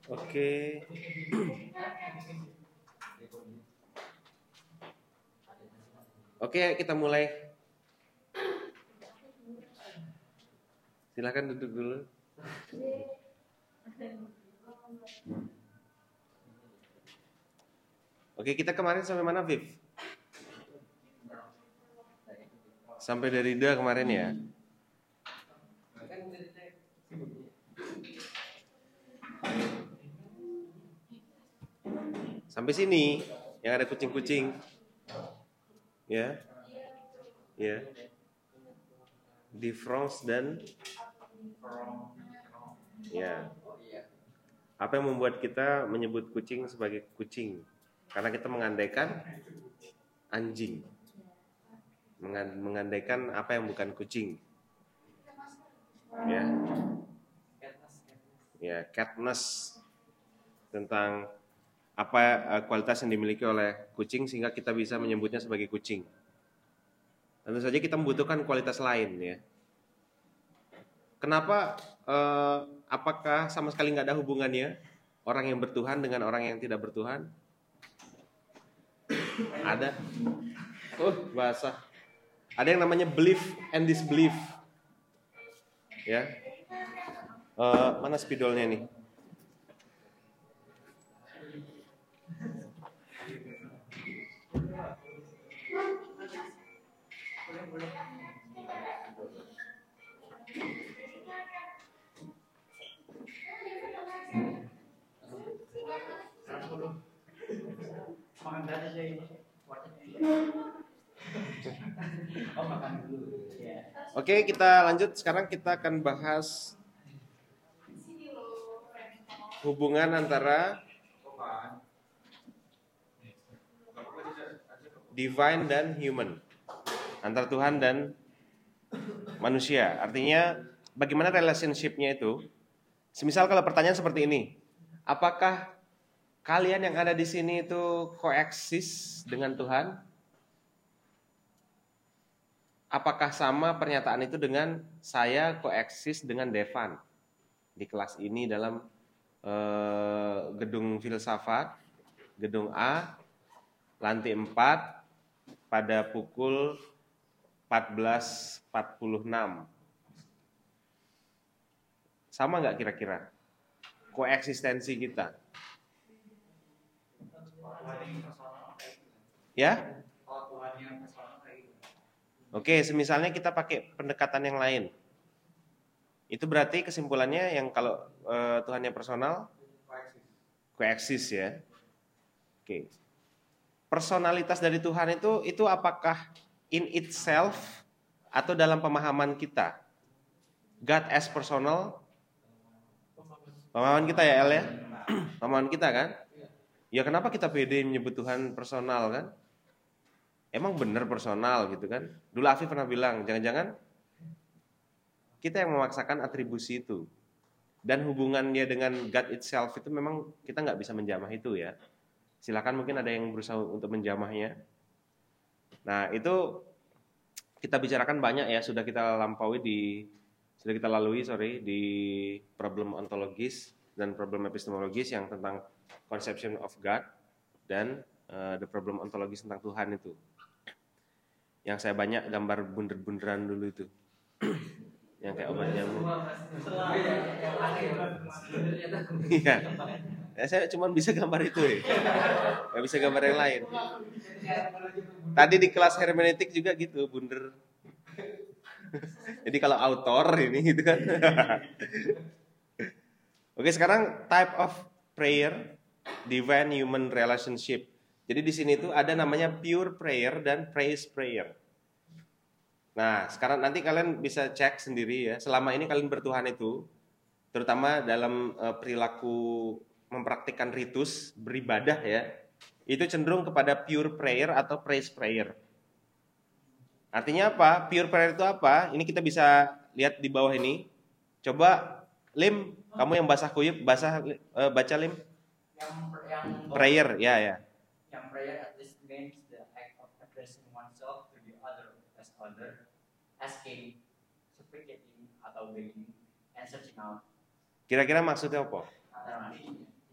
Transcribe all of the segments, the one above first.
Oke. Oke, kita mulai. Silakan duduk dulu. Oke, kita kemarin sampai mana, Viv? Sampai Derrida kemarin ya. Sampai sini yang ada kucing-kucing. Ya. Ya. Di France dan ya. Apa yang membuat kita menyebut kucing sebagai kucing? Karena kita mengandaikan anjing. Mengandaikan apa yang bukan kucing. Ya. Ya, catness. Tentang apa kualitas yang dimiliki oleh kucing sehingga kita bisa menyebutnya sebagai kucing. Tentu saja kita membutuhkan kualitas lain ya. Kenapa? Apakah sama sekali nggak ada hubungannya orang yang bertuhan dengan orang yang tidak bertuhan? Ada. Bahasa. Ada yang namanya belief and disbelief. Ya. Mana spidolnya nih? Oke, kita lanjut. Sekarang kita akan bahas hubungan antara divine dan human, antara Tuhan dan manusia. Artinya bagaimana relationship-nya itu? Semisal kalau pertanyaan seperti ini, apakah kalian yang ada di sini itu koeksis dengan Tuhan? Apakah sama pernyataan itu dengan saya koeksis dengan Devan di kelas ini dalam gedung filsafat, gedung A, lantai 4 pada pukul 14.46. Sama nggak kira-kira koeksistensi kita? Ya? Oke, semisalnya kita pakai pendekatan yang lain. Itu berarti kesimpulannya yang kalau Tuhannya personal, koeksis ya. Oke. Personalitas dari Tuhan itu apakah in itself atau dalam pemahaman kita? God as personal, pemahaman kita ya El ya? Pemahaman kita kan? Ya kenapa kita pede menyebut Tuhan personal kan? Emang benar personal gitu kan? Dulu Afif pernah bilang, jangan-jangan kita yang memaksakan atribusi itu. Dan hubungannya dengan God itself itu memang kita nggak bisa menjamah itu ya. Silakan mungkin ada yang berusaha untuk menjamahnya. Nah itu kita bicarakan banyak ya, sudah kita lalui di problem ontologis dan problem epistemologis yang tentang conception of God dan the problem ontologis tentang Tuhan itu. Yang saya banyak gambar bunder-bunderan dulu itu. Yang kayak obat nyamuk. Iya. Saya cuma bisa gambar itu ya. Gak bisa gambar yang lain. Tadi di kelas hermeneutik juga gitu, bunder. Jadi kalau autor ini gitu kan. Oke, sekarang type of prayer, divine human relationship. Jadi di sini tuh ada namanya pure prayer dan praise prayer. Nah, sekarang nanti kalian bisa cek sendiri ya. Selama ini kalian bertuhan itu, terutama dalam perilaku mempraktikkan ritus beribadah ya, itu cenderung kepada pure prayer atau praise prayer. Artinya apa? Pure prayer itu apa? Ini kita bisa lihat di bawah ini. Coba Lim, kamu yang basah kuyup, baca Lim. Yang prayer, ya. Yang prayer at least means the act of addressing oneself to the other, asking, supplicating atau begging, and searching out. Kira-kira maksudnya apa?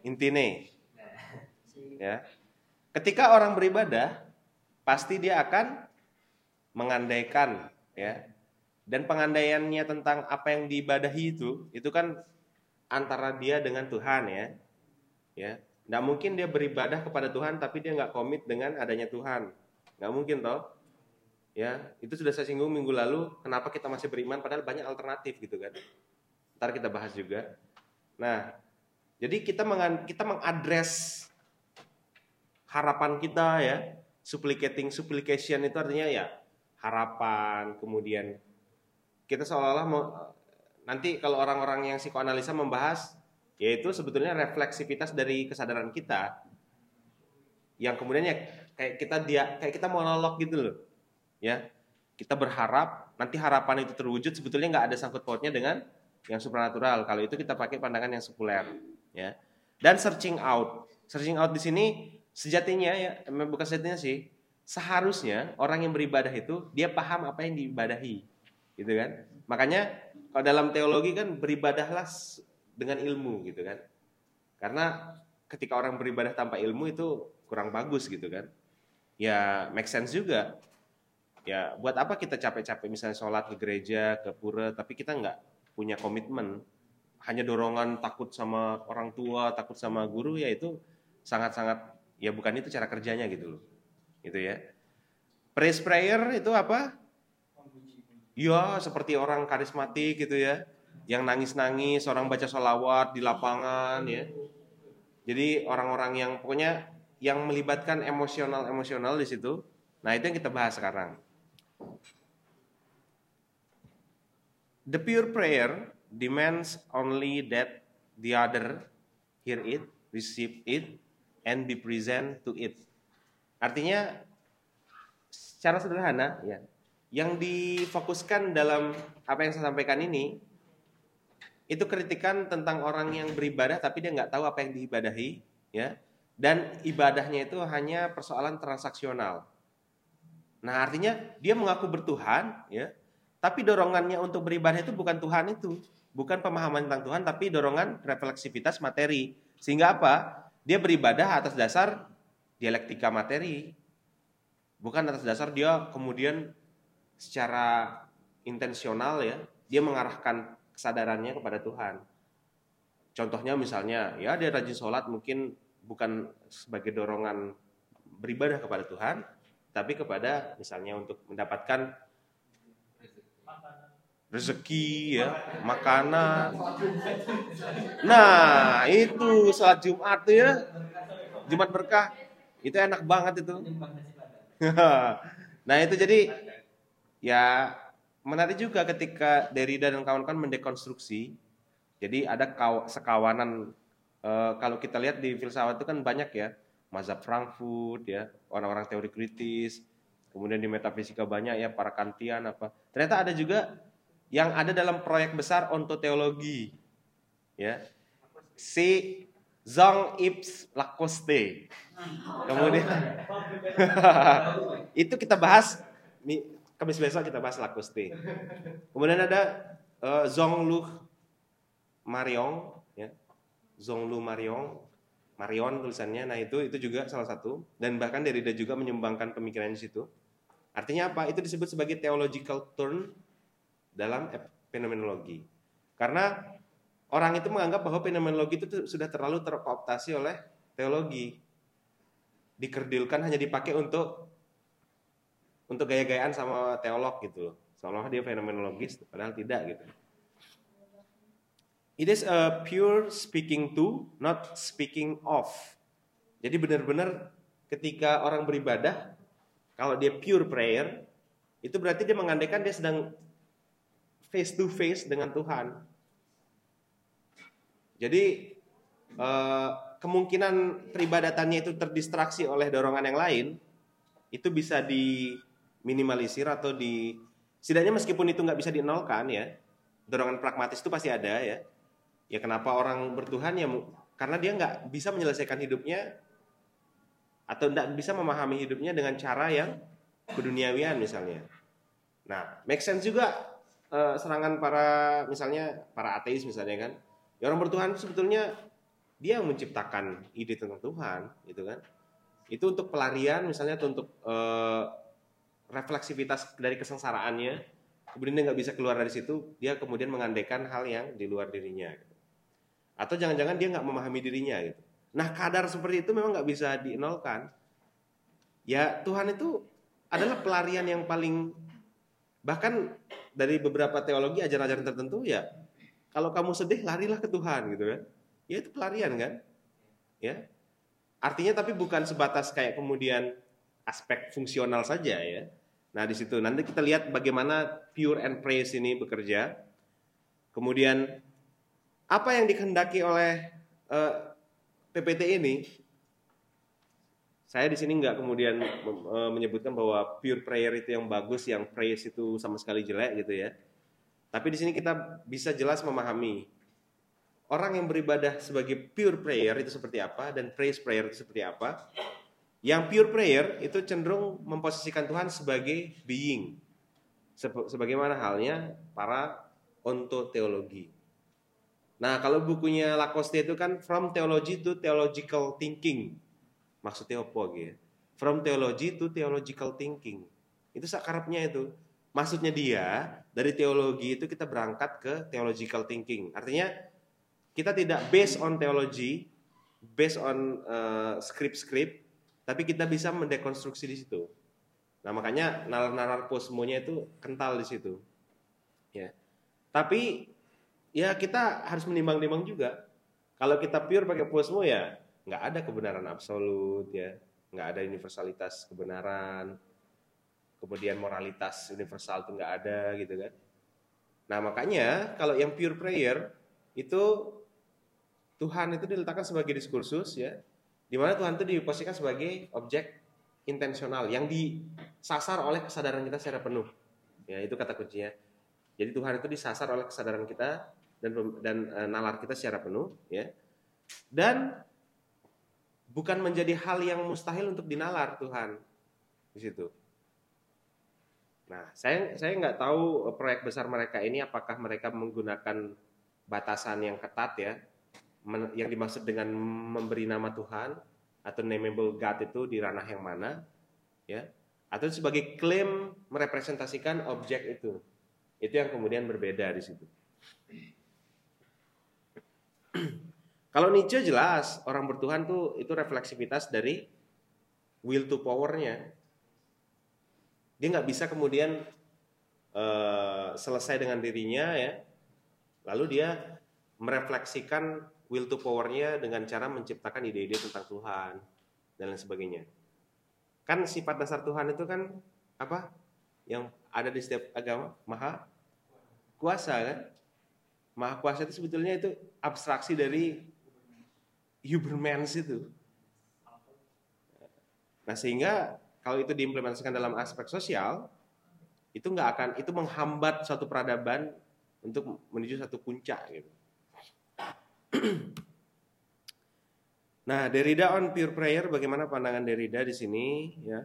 intine. Ya. Ketika orang beribadah, pasti dia akan mengandaikan, ya. Dan pengandaiannya tentang apa yang diibadahi itu kan antara dia dengan Tuhan, ya. Ya. Nggak mungkin dia beribadah kepada Tuhan tapi dia nggak komit dengan adanya Tuhan. Nggak mungkin toh. Ya, itu sudah saya singgung minggu lalu. Kenapa kita masih beriman padahal banyak alternatif gitu kan. Ntar kita bahas juga. Nah, jadi kita mengadres harapan kita, ya. Supplication itu artinya ya harapan. Kemudian kita seolah-olah nanti kalau orang-orang yang psikoanalisa membahas, yaitu sebetulnya refleksivitas dari kesadaran kita, yang kemudian ya kayak kita monolog gitu loh, ya. Kita berharap nanti harapan itu terwujud, sebetulnya nggak ada sangkut pautnya dengan yang supranatural. Kalau itu kita pakai pandangan yang sekuler, ya. Dan searching out di sini sejatinya, ya, bukan sejatinya sih, seharusnya orang yang beribadah itu dia paham apa yang diibadahi, gitu kan. Makanya kalau dalam teologi kan beribadahlah dengan ilmu, gitu kan. Karena ketika orang beribadah tanpa ilmu itu kurang bagus, gitu kan. Ya make sense juga. Ya buat apa kita capek-capek misalnya sholat ke gereja, ke pura, tapi kita nggak punya komitmen, hanya dorongan takut sama orang tua, takut sama guru, ya itu sangat-sangat, ya bukan itu cara kerjanya gitu loh. Gitu ya. Praise prayer itu apa? Ya seperti orang karismatik gitu ya, yang nangis-nangis, orang baca sholawat di lapangan, ya. Jadi orang-orang yang pokoknya yang melibatkan emosional di situ. Nah, itu yang kita bahas sekarang. The pure prayer demands only that the other hear it, receive it, and be present to it. Artinya secara sederhana, ya, yang difokuskan dalam apa yang saya sampaikan ini itu kritikan tentang orang yang beribadah tapi dia nggak tahu apa yang diibadahi, ya, dan ibadahnya itu hanya persoalan transaksional. Nah, artinya dia mengaku bertuhan, ya, tapi dorongannya untuk beribadah itu bukan Tuhan itu, bukan pemahaman tentang Tuhan, tapi dorongan refleksivitas materi. Sehingga apa? Dia beribadah atas dasar dialektika materi, bukan atas dasar dia kemudian secara intensional, ya, dia mengarahkan kesadarannya kepada Tuhan. Contohnya misalnya, ya dia rajin sholat mungkin bukan sebagai dorongan beribadah kepada Tuhan, tapi kepada misalnya untuk mendapatkan rezeki, ya, makanan. Nah, itu sholat Jumat tuh, ya, Jumat berkah, itu enak banget itu. Nah, itu jadi ya menarik juga ketika Derrida dan kawan-kawan mendekonstruksi. Jadi ada sekawanan, kalau kita lihat di filsafat itu kan banyak, ya, mazhab Frankfurt, ya, orang-orang teori kritis. Kemudian di metafisika banyak, ya, para Kantian apa. Ternyata ada juga yang ada dalam proyek besar ontoteologi, ya. Si Jean-Yves Lacoste. Kemudian itu kita bahas Kamis besok, kita bahas Lacoste. Kemudian ada Jean-Luc Marion, ya. Jean-Luc Marion tulisannya. Nah, itu juga salah satu, dan bahkan Derrida juga menyumbangkan pemikiran di situ. Artinya apa? Itu disebut sebagai theological turn dalam fenomenologi. Karena orang itu menganggap bahwa fenomenologi itu sudah terlalu terkooptasi oleh teologi. Dikerdilkan hanya dipakai untuk gaya-gayaan sama teolog gitu loh. Seolah dia fenomenologis, padahal tidak gitu. It is a pure speaking to, not speaking of. Jadi benar-benar ketika orang beribadah, kalau dia pure prayer, itu berarti dia mengandaikan dia sedang face to face dengan Tuhan. Jadi kemungkinan peribadatannya itu terdistraksi oleh dorongan yang lain itu bisa diminimalisir atau setidaknya meskipun itu nggak bisa dinolkan, ya, dorongan pragmatis itu pasti ada, ya. Ya kenapa orang bertuhan, ya karena dia nggak bisa menyelesaikan hidupnya atau nggak bisa memahami hidupnya dengan cara yang keduniawian misalnya. Nah, make sense juga serangan misalnya para ateis misalnya kan. Ya orang bertuhan itu sebetulnya dia yang menciptakan ide tentang Tuhan, gitu kan. Itu untuk pelarian misalnya, atau untuk refleksivitas dari kesengsaraannya. Kemudian dia nggak bisa keluar dari situ, dia kemudian mengandaikan hal yang di luar dirinya, gitu. Atau jangan-jangan dia nggak memahami dirinya, gitu. Nah, kadar seperti itu memang nggak bisa dienolkan. Ya, Tuhan itu adalah pelarian yang paling, bahkan dari beberapa teologi ajaran-ajaran tertentu ya, kalau kamu sedih larilah ke Tuhan, gitu kan. Ya itu pelarian kan? Ya. Artinya tapi bukan sebatas kayak kemudian aspek fungsional saja ya. Nah, di situ nanti kita lihat bagaimana pure and praise ini bekerja. Kemudian apa yang dikehendaki oleh PPT ini? Saya di sini nggak kemudian menyebutkan bahwa pure prayer itu yang bagus, yang praise itu sama sekali jelek gitu ya. Tapi di sini kita bisa jelas memahami orang yang beribadah sebagai pure prayer itu seperti apa, dan praise prayer itu seperti apa. Yang pure prayer itu cenderung memposisikan Tuhan sebagai being, sebagaimana halnya para ontoteologi. Nah, kalau bukunya Lacoste itu kan From Theology to Theological Thinking. Maksudnya apa gitu? From Theology to Theological Thinking. Itu sakarapnya itu. Maksudnya dia dari teologi itu kita berangkat ke theological thinking. Artinya kita tidak based on theology, based on script-script, tapi kita bisa mendekonstruksi di situ. Nah, makanya nalar-nalar postmonya itu kental di situ. Ya. Tapi ya kita harus menimbang-nimbang juga. Kalau kita pure pakai postmo ya nggak ada kebenaran absolut ya, nggak ada universalitas kebenaran, kemudian moralitas universal itu nggak ada gitu kan. Nah, makanya kalau yang pure prayer itu Tuhan itu diletakkan sebagai diskursus ya, di mana Tuhan itu diposisikan sebagai objek intensional yang disasar oleh kesadaran kita secara penuh. Ya, itu kata kuncinya. Jadi Tuhan itu disasar oleh kesadaran kita dan nalar kita secara penuh ya. Dan bukan menjadi hal yang mustahil untuk dinalar Tuhan di situ. Nah, saya nggak tahu proyek besar mereka ini apakah mereka menggunakan batasan yang ketat ya, yang dimaksud dengan memberi nama Tuhan atau nameable God itu di ranah yang mana ya, atau sebagai klaim merepresentasikan objek itu yang kemudian berbeda di situ. Kalau Nietzsche jelas orang bertuhan tuh itu refleksivitas dari will to power-nya. Dia nggak bisa kemudian selesai dengan dirinya ya, lalu dia merefleksikan will to power-nya dengan cara menciptakan ide-ide tentang Tuhan dan lain sebagainya. Kan sifat dasar Tuhan itu kan apa? Yang ada di setiap agama, maha kuasa kan? Maha kuasa itu sebetulnya itu abstraksi dari Übermensch itu. Nah, sehingga kalau itu diimplementasikan dalam aspek sosial, itu nggak akan, itu menghambat suatu peradaban untuk menuju satu puncak gitu. Nah, Derrida on pure prayer, bagaimana pandangan Derrida di sini ya?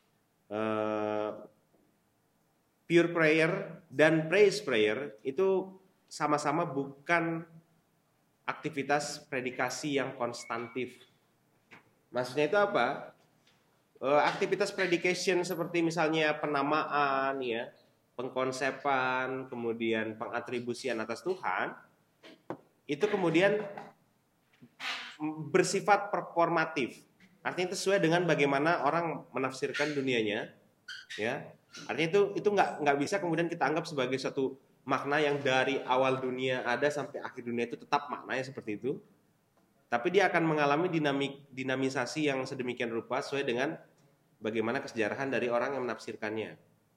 Pure prayer dan praise prayer itu sama-sama bukan aktivitas predikasi yang konstantif. Maksudnya itu apa? Aktivitas predication seperti misalnya penamaan ya, pengkonsepan, kemudian pengatribusian atas Tuhan, itu kemudian bersifat performatif. Artinya itu sesuai dengan bagaimana orang menafsirkan dunianya ya. Artinya itu nggak bisa kemudian kita anggap sebagai suatu makna yang dari awal dunia ada sampai akhir dunia itu tetap maknanya seperti itu. Tapi dia akan mengalami dinamisasi yang sedemikian rupa sesuai dengan bagaimana kesejarahan dari orang yang menafsirkannya.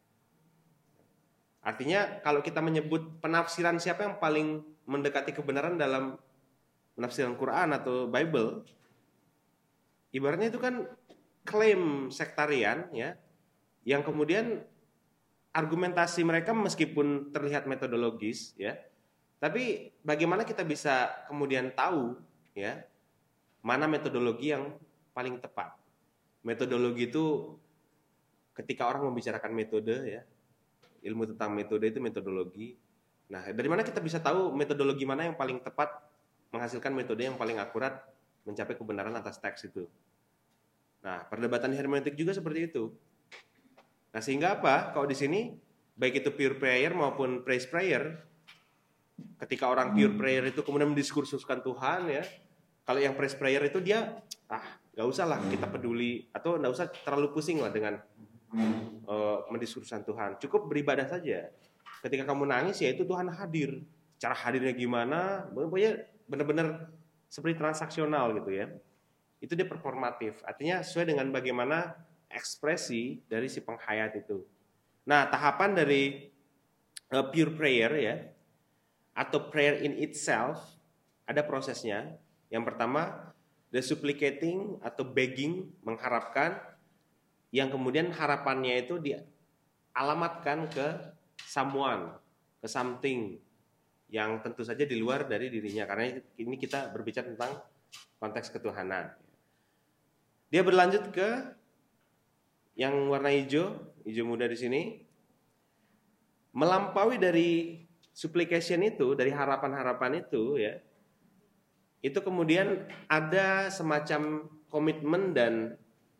Artinya kalau kita menyebut penafsiran siapa yang paling mendekati kebenaran dalam penafsiran Quran atau Bible, ibaratnya itu kan klaim sektarian ya, yang kemudian argumentasi mereka meskipun terlihat metodologis ya, tapi bagaimana kita bisa kemudian tahu ya mana metodologi yang paling tepat. Metodologi itu ketika orang membicarakan metode ya, ilmu tentang metode itu metodologi. Nah, dari mana kita bisa tahu metodologi mana yang paling tepat menghasilkan metode yang paling akurat mencapai kebenaran atas teks itu. Nah, perdebatan hermeneutik juga seperti itu. Nah, sehingga apa? Kalau di sini baik itu pure prayer maupun praise prayer, ketika orang pure prayer itu kemudian mendiskursuskan Tuhan ya. Kalau yang praise prayer itu dia nggak usah lah kita peduli atau nggak usah terlalu pusing lah dengan mendiskursuskan Tuhan. Cukup beribadah saja. Ketika kamu nangis ya itu Tuhan hadir. Cara hadirnya gimana? Pokoknya benar-benar seperti transaksional gitu ya. Itu dia performatif. Artinya sesuai dengan bagaimana ekspresi dari si penghayat itu. Nah, tahapan dari pure prayer ya atau prayer in itself ada prosesnya. Yang pertama, the supplicating atau begging, mengharapkan, yang kemudian harapannya itu dialamatkan ke someone, ke something yang tentu saja di luar dari dirinya, karena ini kita berbicara tentang konteks ketuhanan. Dia berlanjut ke yang warna hijau muda di sini, melampaui dari supplication itu, dari harapan-harapan itu ya. Itu kemudian ada semacam komitmen dan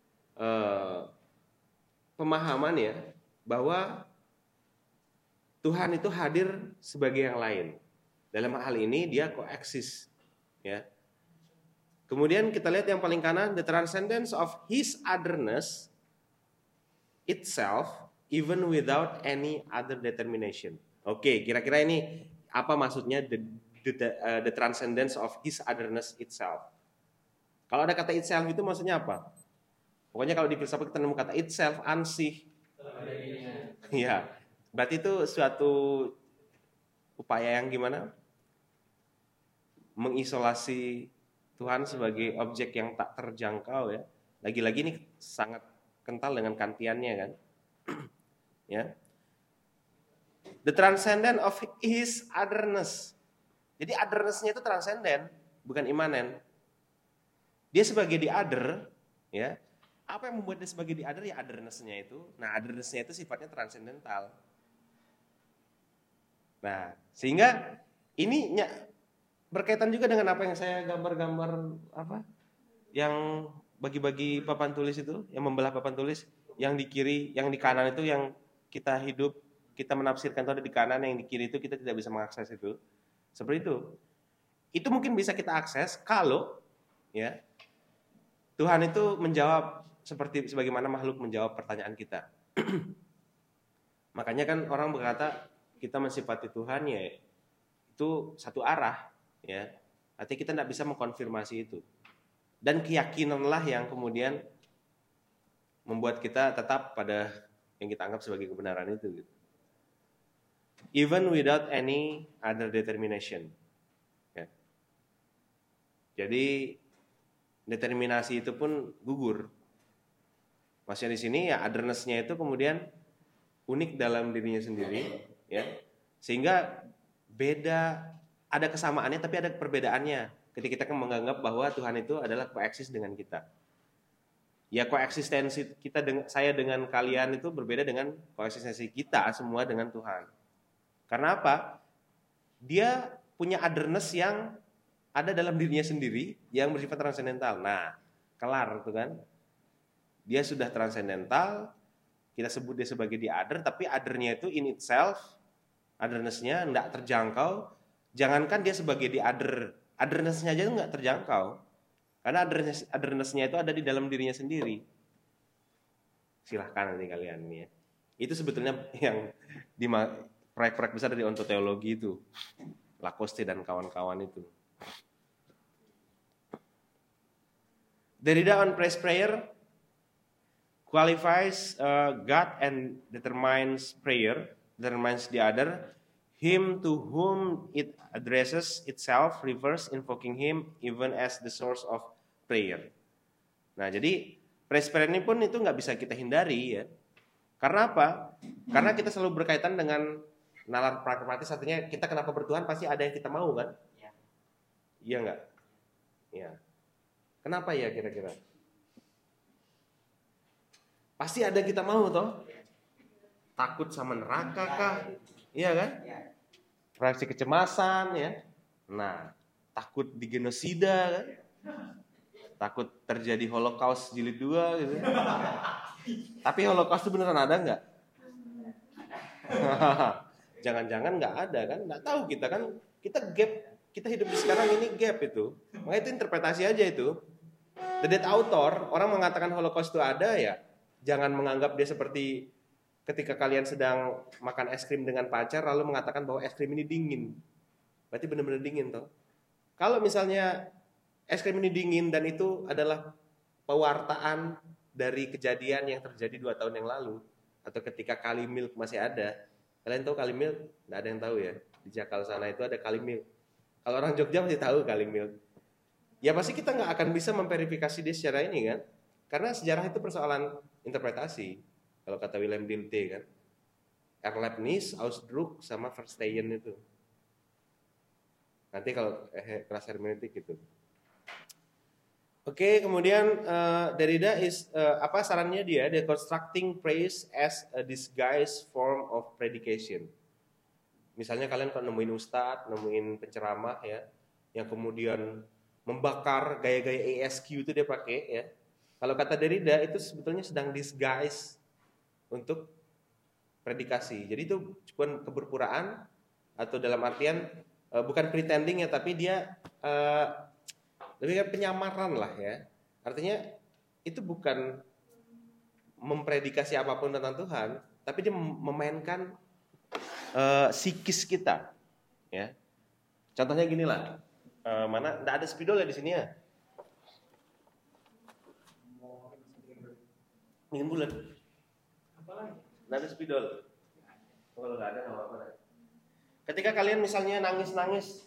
pemahaman ya bahwa Tuhan itu hadir sebagai yang lain. Dalam hal ini dia koeksis ya. Kemudian kita lihat yang paling kanan, the transcendence of his otherness itself even without any other determination. Oke, kira-kira ini apa maksudnya the transcendence of his otherness itself. Kalau ada kata itself itu maksudnya apa? Pokoknya kalau di filsafat kita nemu kata itself, ansih. Ya, berarti itu suatu upaya yang gimana? Mengisolasi Tuhan sebagai objek yang tak terjangkau ya. Lagi-lagi ini sangat kental dengan Kantiannya kan. Ya. The transcendent of his otherness. Jadi otherness-nya itu transenden, bukan imanen. Dia sebagai the other, ya. Apa yang membuat dia sebagai the other? Ya otherness-nya itu. Nah, otherness-nya itu sifatnya transendental. Nah, sehingga ini berkaitan juga dengan apa yang saya gambar-gambar yang bagi-bagi papan tulis itu, yang membelah papan tulis, yang di kiri, yang di kanan itu yang kita hidup, kita menafsirkan itu ada di kanan, yang di kiri itu kita tidak bisa mengakses itu. Seperti itu. Itu mungkin bisa kita akses kalau ya Tuhan itu menjawab seperti sebagaimana makhluk menjawab pertanyaan kita. Makanya kan orang berkata kita mensifati Tuhan ya itu satu arah ya. Artinya kita tidak bisa mengkonfirmasi itu. Dan keyakinanlah yang kemudian membuat kita tetap pada yang kita anggap sebagai kebenaran itu gitu. Even without any other determination. Ya. Jadi determinasi itu pun gugur. Maksudnya di sini ya otherness-nya itu kemudian unik dalam dirinya sendiri, ya. Sehingga beda, ada kesamaannya tapi ada perbedaannya. Ketika kita menganggap bahwa Tuhan itu adalah koeksis dengan kita. Ya koeksistensi kita saya dengan kalian itu berbeda dengan koeksistensi kita semua dengan Tuhan. Karena apa? Dia punya otherness yang ada dalam dirinya sendiri yang bersifat transendental. Nah, kelar itu kan. Dia sudah transendental, kita sebut dia sebagai the other, tapi other-nya itu in itself, otherness-nya enggak terjangkau. Jangankan dia sebagai the other, otherness-nya aja enggak terjangkau. Karena otherness-nya itu ada di dalam dirinya sendiri. Silahkan nanti kalian ya. Itu sebetulnya yang di proyek-proyek besar dari ontoteologi itu, Lacoste dan kawan-kawan itu. Derrida on praise prayer qualifies God and determines prayer, determines the other. Him to whom it addresses itself refers invoking him even as the source of prayer. Nah, jadi praise prayer ini pun itu nggak bisa kita hindari ya. Karena apa? Karena kita selalu berkaitan dengan nalar pragmatis, artinya kita kenapa bertuhan pasti ada yang kita mau kan? Ya. Iya nggak? Ya. Kenapa ya kira-kira? Pasti ada yang kita mau toh? Takut sama neraka kah? Iya kan? Reaksi kecemasan ya. Nah, takut digenosida kan, takut terjadi Holocaust jilid 2 gitu. Tapi Holocaust itu beneran ada nggak? Jangan-jangan nggak ada kan? Nggak tahu kita kan, kita gap, kita hidup di sekarang ini gap itu. Makanya itu interpretasi aja itu. The Dead Author, orang mengatakan Holocaust itu ada ya, jangan menganggap dia seperti ketika kalian sedang makan es krim dengan pacar lalu mengatakan bahwa es krim ini dingin. Berarti benar-benar dingin toh. Kalau misalnya es krim ini dingin dan itu adalah pewartaan dari kejadian yang terjadi 2 tahun yang lalu, atau ketika Kali Milk masih ada. Kalian tahu Kali Milk? Nggak ada yang tahu ya. Di Jakal sana itu ada Kali Milk. Kalau orang Jogja masih tahu Kali Milk. Ya pasti kita nggak akan bisa memverifikasi dia secara ini kan. Karena sejarah itu persoalan interpretasi. Kalau kata Wilhelm Dilthey kan. Erlebnis, Ausdruck, sama Verstehen itu. Nanti kalau kelas hermeneutik gitu. Oke, kemudian Derrida apa sarannya dia? Deconstructing praise as a disguised form of predication. Misalnya kalian kalau nemuin ustadz, nemuin penceramah ya, yang kemudian membakar gaya-gaya ASQ itu dia pakai ya. Kalau kata Derrida itu sebetulnya sedang disguise untuk predikasi. Jadi itu bukan keberpuraan atau dalam artian bukan pretending ya, tapi dia lebih kayak penyamaran lah ya. Artinya itu bukan mempredikasi apapun tentang Tuhan, tapi dia memainkan psikis kita ya. Contohnya gini lah. Mana enggak ada spidol ya di sini ya? Ingin bulat. Enggak ada spidol. Kalau enggak ada enggak apa-apa. Ketika kalian misalnya nangis-nangis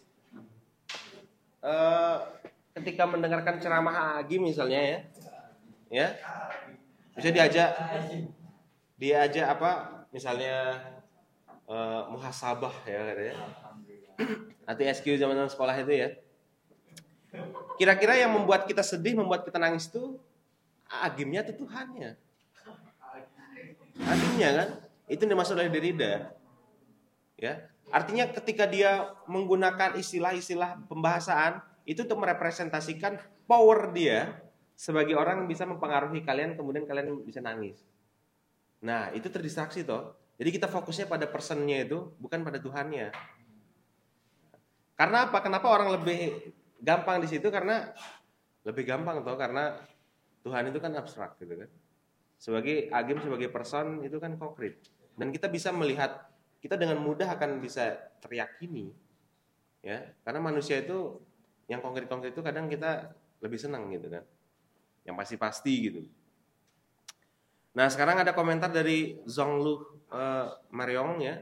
ketika mendengarkan ceramah Agim misalnya ya, bisa diajak apa misalnya muhasabah ya katanya, nanti SQ zaman sekolah itu ya. Kira-kira yang membuat kita sedih, membuat kita nangis itu Agimnya atau Tuhannya? Agimnya kan, itu dimaksud oleh Derrida ya. Artinya ketika dia menggunakan istilah-istilah pembahasaan itu untuk merepresentasikan power dia sebagai orang yang bisa mempengaruhi kalian, kemudian kalian bisa nangis. Nah, itu terdistraksi toh. Jadi kita fokusnya pada personnya itu, bukan pada Tuhannya. Karena apa? Kenapa orang lebih gampang di situ? Karena lebih gampang toh, karena Tuhan itu kan abstrak gitu kan. Sebagai Agim, sebagai person itu kan konkret. Dan kita bisa melihat, kita dengan mudah akan bisa teryakini. Ya, karena manusia itu yang konkret-konkret itu kadang kita lebih senang gitu kan. Yang pasti-pasti gitu. Nah, sekarang ada komentar dari Zhonglu Mariong ya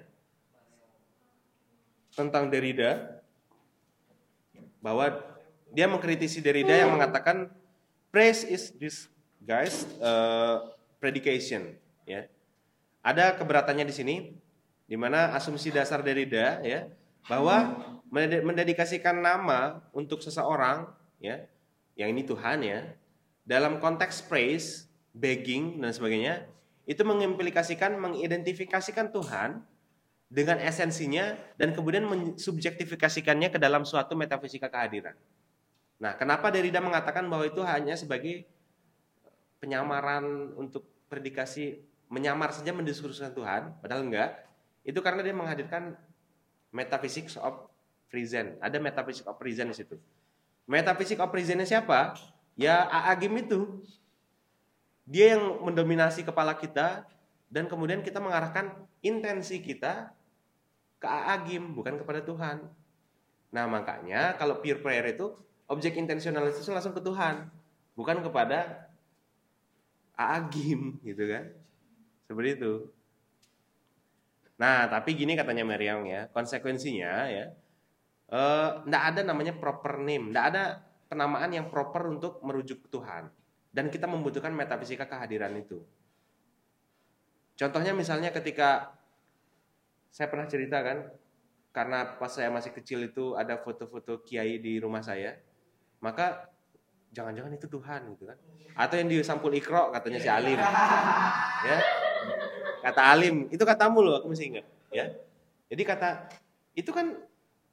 tentang Derrida, bahwa dia mengkritisi Derrida yang mengatakan praise is disguised predication ya. Ada keberatannya di sini, di mana asumsi dasar Derrida ya, bahwa mendedikasikan nama untuk seseorang ya, yang ini Tuhan ya, dalam konteks praise, begging dan sebagainya, itu mengidentifikasikan Tuhan dengan esensinya dan kemudian mensubjektifikasikannya ke dalam suatu metafisika kehadiran. Nah, kenapa Derrida mengatakan bahwa itu hanya sebagai penyamaran untuk predikasi, menyamar saja mendiskursuskan Tuhan, padahal enggak. Itu karena dia menghadirkan metaphysics of present. Ada metaphysics of present di situ. Metaphysics of present-nya siapa? Ya Agim itu. Dia yang mendominasi kepala kita dan kemudian kita mengarahkan intensi kita ke Agim, bukan kepada Tuhan. Nah, makanya kalau pure prayer itu objek intensionalitas itu langsung ke Tuhan, bukan kepada Agim gitu kan. Seperti itu. Nah, tapi gini katanya Meriam ya, konsekuensinya ya, nggak ada namanya proper name, nggak ada penamaan yang proper untuk merujuk ke Tuhan. Dan kita membutuhkan metafisika kehadiran itu. Contohnya misalnya ketika saya pernah cerita kan, karena pas saya masih kecil itu ada foto-foto kiai di rumah saya, maka jangan-jangan itu Tuhan gitu kan. Atau yang di sampul Iqra katanya si Alim. Ya. Kata Alim, itu katamu loh, aku masih ingat ya. Jadi kata itu kan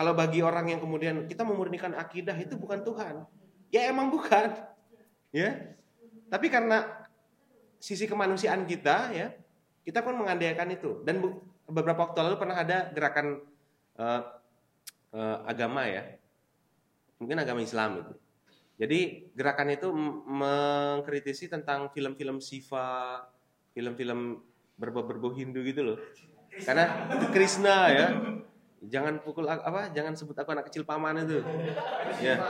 Kalau bagi orang yang kemudian kita memurnikan akidah itu bukan Tuhan, ya emang bukan, ya. Tapi karena sisi kemanusiaan kita, ya, kita pun mengandaikan itu. Dan beberapa waktu lalu pernah ada gerakan agama, ya, mungkin agama Islam itu. Jadi gerakan itu mengkritisi tentang film-film Siva, film-film berbau Hindu gitu loh. Karena itu Krishna, ya. Jangan pukul jangan sebut aku anak kecil paman itu. Ya.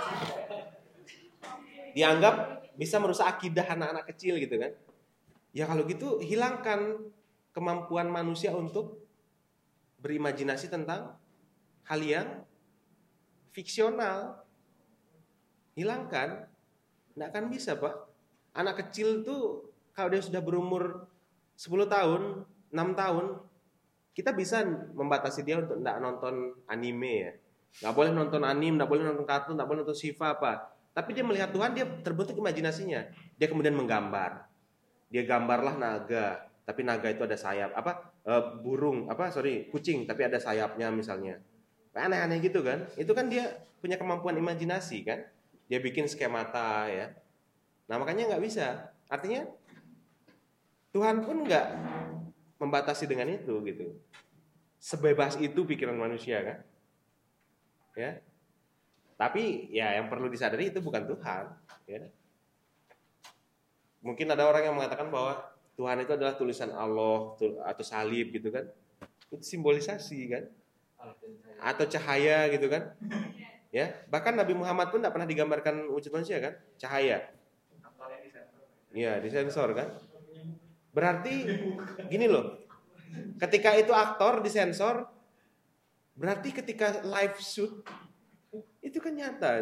Dianggap bisa merusak akidah anak-anak kecil gitu kan. Ya kalau gitu hilangkan kemampuan manusia untuk berimajinasi tentang hal yang fiksional. Hilangkan, nggak akan bisa, Pak. Anak kecil tuh kalau dia sudah berumur 10 tahun, 6 tahun, kita bisa membatasi dia untuk nggak nonton anime, ya. Nggak boleh nonton anime, nggak boleh nonton kartun, nggak boleh nonton Siva apa. Tapi dia melihat Tuhan, dia terbentuk imajinasinya. Dia kemudian menggambar. Dia gambarlah naga, tapi naga itu ada sayap. Kucing, tapi ada sayapnya misalnya. Aneh-aneh gitu kan. Itu kan dia punya kemampuan imajinasi kan. Dia bikin skemata, ya. Nah makanya nggak bisa. Artinya Tuhan pun nggak membatasi dengan itu gitu. Sebebas itu pikiran manusia kan. Ya. Tapi ya yang perlu disadari itu bukan Tuhan. Ya. Mungkin ada orang yang mengatakan bahwa Tuhan itu adalah tulisan Allah atau salib gitu kan. Itu simbolisasi kan. Atau cahaya gitu kan. Ya, bahkan Nabi Muhammad pun tidak pernah digambarkan wujud manusia kan, cahaya. Iya, disensor kan. Berarti gini loh, ketika itu aktor disensor, berarti ketika live shoot itu kan nyata.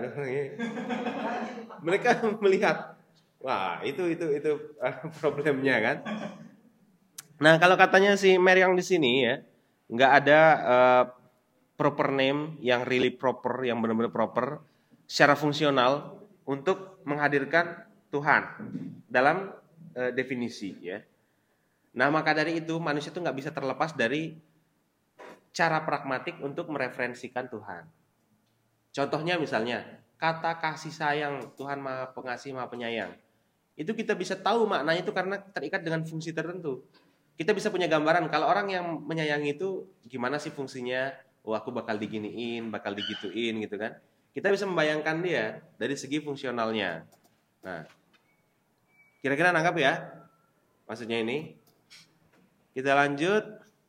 Mereka melihat, wah itu problemnya kan. Nah kalau katanya si Meriang di sini ya, nggak ada proper name yang really proper, yang benar-benar proper secara fungsional untuk menghadirkan Tuhan dalam definisi, ya. Nah maka dari itu manusia itu nggak bisa terlepas dari cara pragmatik untuk mereferensikan Tuhan. Contohnya misalnya kata kasih sayang, Tuhan Maha Pengasih Maha Penyayang. Itu kita bisa tahu maknanya itu karena terikat dengan fungsi tertentu. Kita bisa punya gambaran kalau orang yang menyayangi itu gimana sih fungsinya. Oh aku bakal diginiin, bakal digituin gitu kan. Kita bisa membayangkan dia dari segi fungsionalnya. Nah, kira-kira nangkap ya maksudnya ini. Kita lanjut.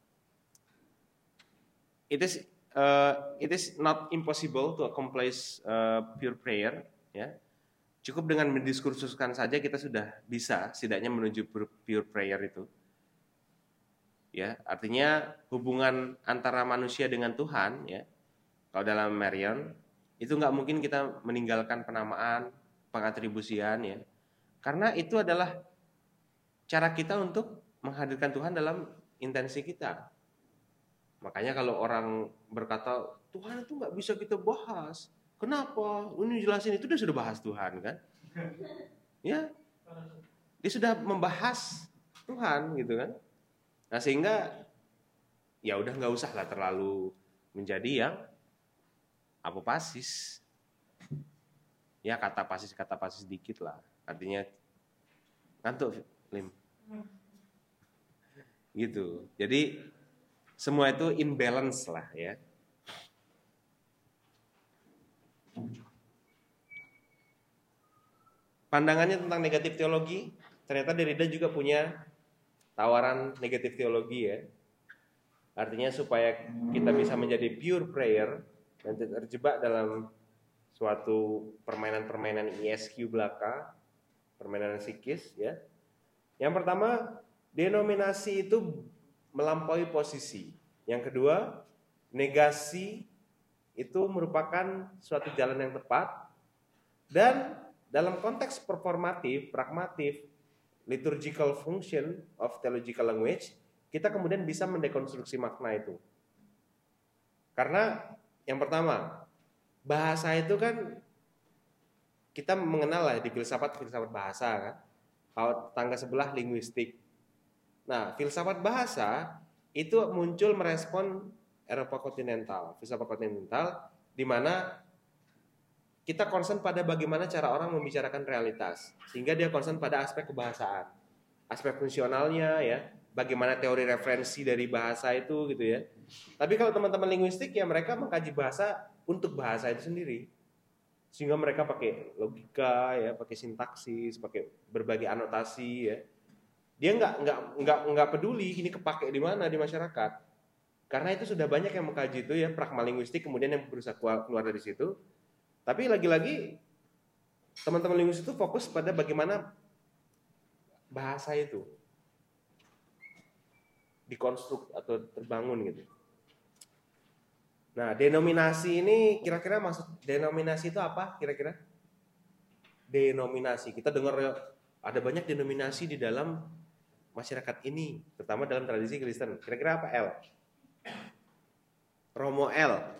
It is not impossible to accomplish pure prayer. Ya. Cukup dengan mendiskursuskan saja kita sudah bisa setidaknya menuju pure prayer itu. Ya, artinya hubungan antara manusia dengan Tuhan, ya. Kalau dalam Marion itu nggak mungkin kita meninggalkan penamaan, pengatribusian, ya. Karena itu adalah cara kita untuk menghadirkan Tuhan dalam intensi kita. Makanya kalau orang berkata Tuhan itu nggak bisa kita bahas, kenapa? Ini jelasin itu dia sudah bahas Tuhan kan? Ya, dia sudah membahas Tuhan gitu kan? Nah sehingga ya udah nggak usah lah terlalu menjadi yang apopasis. Ya kata pasis dikit lah. Artinya ngantuk Lim. Gitu. Jadi semua itu imbalance lah ya. Pandangannya tentang negatif teologi, ternyata Derrida juga punya tawaran negatif teologi ya. Artinya supaya kita bisa menjadi pure prayer dan tidak terjebak dalam suatu permainan-permainan ISQ belaka, permainan psikis ya. Yang pertama, denominasi itu melampaui posisi. Yang kedua, negasi itu merupakan suatu jalan yang tepat. Dan dalam konteks performatif, pragmatif, liturgical function of theological language, kita kemudian bisa mendekonstruksi makna itu. Karena yang pertama, bahasa itu kan kita mengenal lah di filsafat bahasa kan. Kalau tangga sebelah linguistik. Nah, filsafat bahasa itu muncul merespon Eropa kontinental, filsafat kontinental, di mana kita concern pada bagaimana cara orang membicarakan realitas, sehingga dia concern pada aspek kebahasaan, aspek fungsionalnya ya, bagaimana teori referensi dari bahasa itu gitu ya. Tapi kalau teman-teman linguistik ya mereka mengkaji bahasa untuk bahasa itu sendiri, sehingga mereka pakai logika ya, pakai sintaksis, pakai berbagai anotasi ya. Dia nggak peduli ini kepake di mana di masyarakat, karena itu sudah banyak yang mengkaji itu ya, pragma linguistik kemudian yang berusaha keluar dari situ. Tapi lagi-lagi teman-teman linguistik itu fokus pada bagaimana bahasa itu dikonstruk atau terbangun gitu. Nah, denominasi ini kira-kira maksud denominasi itu apa kira-kira? Denominasi, kita dengar ada banyak denominasi di dalam masyarakat ini, terutama dalam tradisi Kristen. Kira-kira apa L? Romo L.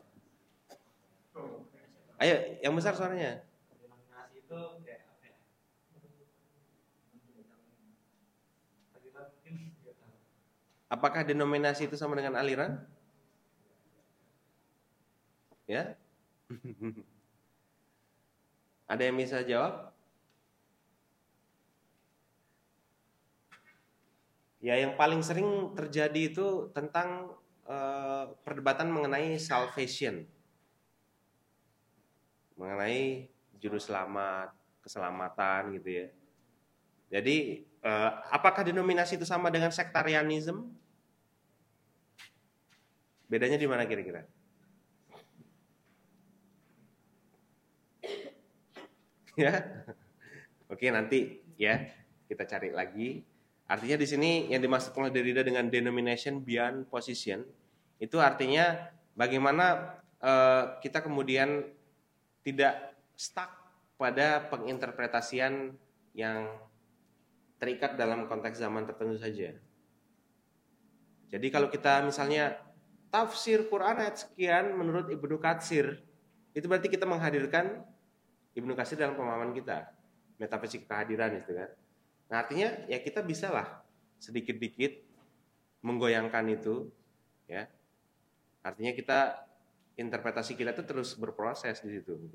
Ayo, yang besar suaranya. Denominasi itu kayak apa ya? Apakah denominasi itu sama dengan aliran? Ya? Ada yang bisa jawab? Ya, yang paling sering terjadi itu tentang perdebatan mengenai salvation, mengenai juru selamat, keselamatan gitu ya. Jadi apakah denominasi itu sama dengan sektarianism? Bedanya di mana kira-kira? Ya, oke nanti ya kita cari lagi. Artinya di sini yang dimaksud oleh Derrida dengan denomination beyond position itu artinya bagaimana kita kemudian tidak stuck pada penginterpretasian yang terikat dalam konteks zaman tertentu saja. Jadi kalau kita misalnya tafsir Quran ayat sekian menurut Ibnu Katsir, itu berarti kita menghadirkan Ibnu Katsir dalam pemahaman kita, metafisik kehadiran itu kan. Nah artinya ya kita bisa lah sedikit-dikit menggoyangkan itu ya. Artinya kita interpretasi kita itu terus berproses di situ.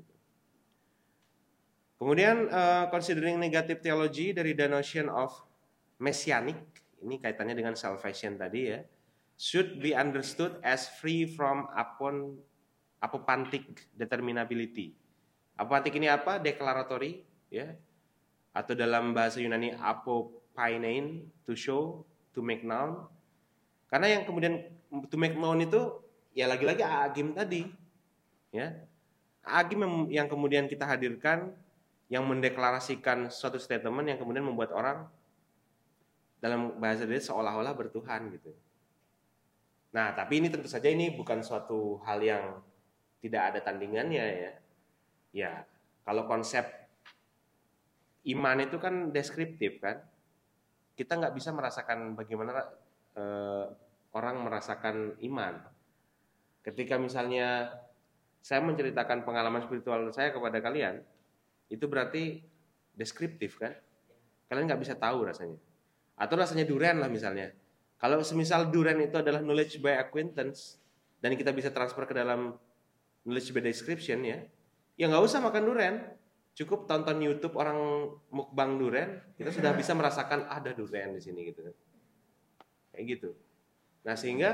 Kemudian considering negative theology dari the notion of messianic, ini kaitannya dengan salvation tadi ya, should be understood as free from apopantic determinability. Apopantic ini apa? Declaratory ya. Atau dalam bahasa Yunani apopainein, to show, to make known. Karena yang kemudian to make known itu ya lagi-lagi agim tadi ya. Agim yang kemudian kita hadirkan yang mendeklarasikan suatu statement yang kemudian membuat orang dalam bahasa dia seolah-olah bertuhan gitu. Nah, tapi ini tentu saja ini bukan suatu hal yang tidak ada tandingannya ya. Ya, kalau konsep iman itu kan deskriptif kan. Kita nggak bisa merasakan bagaimana orang merasakan iman. Ketika misalnya saya menceritakan pengalaman spiritual saya kepada kalian, itu berarti deskriptif kan. Kalian nggak bisa tahu rasanya. Atau rasanya durian lah misalnya. Kalau semisal durian itu adalah knowledge by acquaintance dan kita bisa transfer ke dalam knowledge by description ya nggak usah makan durian. Cukup tonton YouTube orang mukbang durian, kita sudah bisa merasakan ada durian di sini gitu. Kayak gitu. Nah, sehingga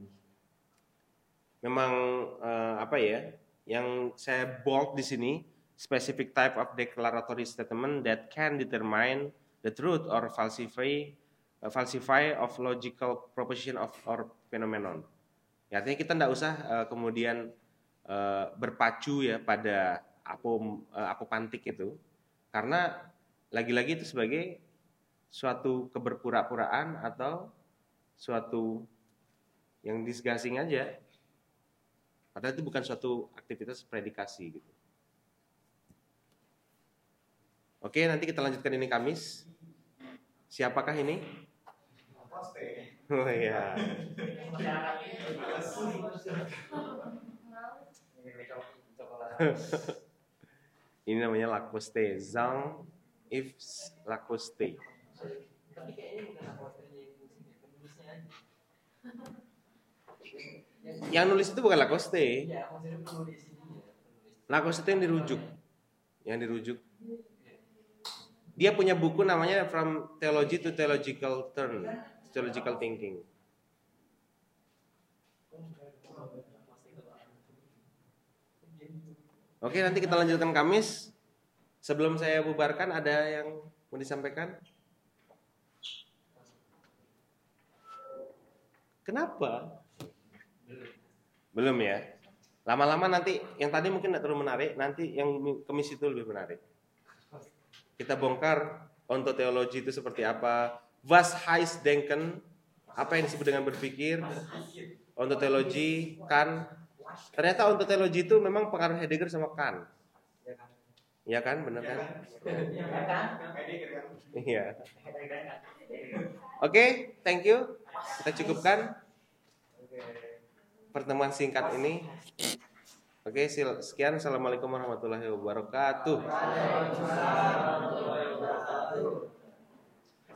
memang apa ya? Yang saya bold di sini, specific type of declaratory statement that can determine the truth or falsify of logical proposition of or phenomenon. Ya, artinya kita tidak usah kemudian berpacu ya pada apopantik itu, karena lagi-lagi itu sebagai suatu keberpura-puraan atau suatu yang disguising aja, padahal itu bukan suatu aktivitas predikasi gitu. Oke, nanti kita lanjutkan ini Kamis. Siapakah ini? Oh iya. Ini namanya Lacoste, Jean Yves Lacoste. Tapi kayaknya bukan Lacoste-nya yang penulisnya aja. Yang nulis itu bukan Lacoste. Iya, maksudnya penulis ini ya. Lacoste itu yang dirujuk. Yang dirujuk. Dia punya buku namanya From Theology to Theological Turn, Theological Thinking. Oke, nanti kita lanjutkan Kamis. Sebelum saya bubarkan, ada yang mau disampaikan? Kenapa? Belum ya. Lama-lama nanti yang tadi mungkin tidak terlalu menarik, nanti yang Kamis itu lebih menarik. Kita bongkar ontoteologi itu seperti apa, was heißt denken, apa yang disebut dengan berpikir, ontoteologi, Kant. Ternyata ontoteologi itu memang pengaruh Heidegger sama Kant. Iya kan, benar kan? Iya. Oke, thank you. Kita cukupkan pertemuan singkat ini. Oke, sekian. Assalamualaikum warahmatullahi wabarakatuh.